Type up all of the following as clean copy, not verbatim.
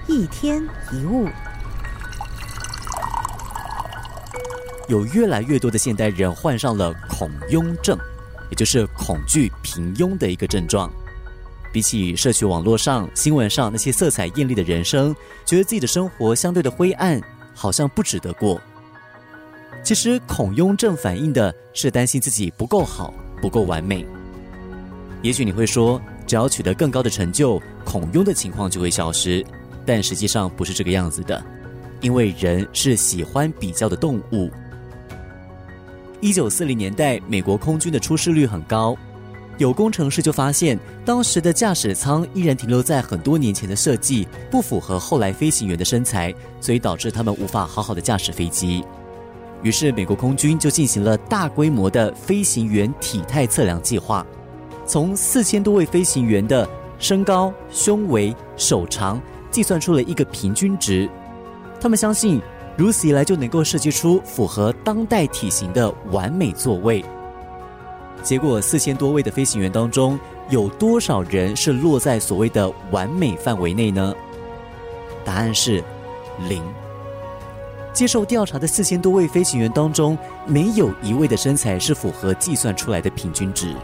一天一物。 有越来越多的现代人患上了恐庸症，也就是恐惧平庸的一个症状。比起社群网络上、新闻上那些色彩艳丽的人生，觉得自己的生活相对的灰暗，好像不值得过。其实恐庸症反映的是担心自己不够好、不够完美。也许你会说，只要取得更高的成就，恐庸的情况就会消失，但实际上不是这个样子的，因为人是喜欢比较的动物。1940年代，美国空军的出事率很高，有工程师就发现，当时的驾驶舱依然停留在很多年前的设计，不符合后来飞行员的身材，所以导致他们无法好好的驾驶飞机。于是美国空军就进行了大规模的飞行员体态测量计划，从4000多位飞行员的身高、胸围、手长计算出了一个平均值。他们相信如此一来就能够设计出符合当代体型的完美座位。结果4000多位的飞行员当中，有多少人是落在所谓的完美范围内呢？答案是0。接受调查的4000多位飞行员当中，没有一位的身材是符合计算出来的平均值。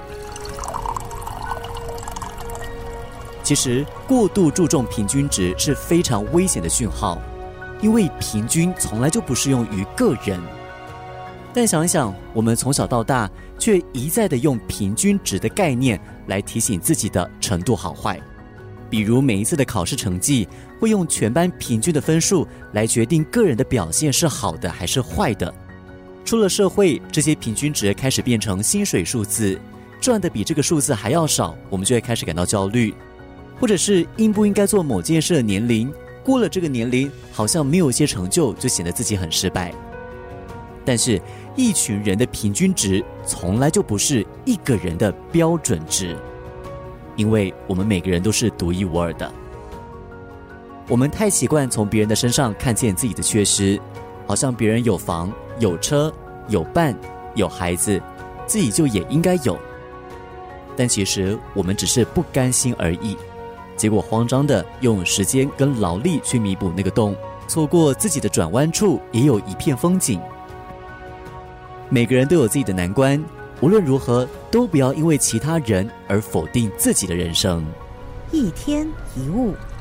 其实过度注重平均值是非常危险的讯号，因为平均从来就不适用于个人。但想一想，我们从小到大却一再的用平均值的概念来提醒自己的程度好坏。比如每一次的考试成绩，会用全班平均的分数来决定个人的表现是好的还是坏的。出了社会，这些平均值开始变成薪水数字，赚的比这个数字还要少，我们就会开始感到焦虑。或者是应不应该做某件事的年龄，过了这个年龄，好像没有一些成就，就显得自己很失败。但是一群人的平均值从来就不是一个人的标准值，因为我们每个人都是独一无二的。我们太习惯从别人的身上看见自己的缺失，好像别人有房、有车、有伴、有孩子，自己就也应该有。但其实我们只是不甘心而已，结果慌张的用时间跟劳力去弥补那个洞，错过自己的转弯处也有一片风景。每个人都有自己的难关，无论如何都不要因为其他人而否定自己的人生。 一天一物。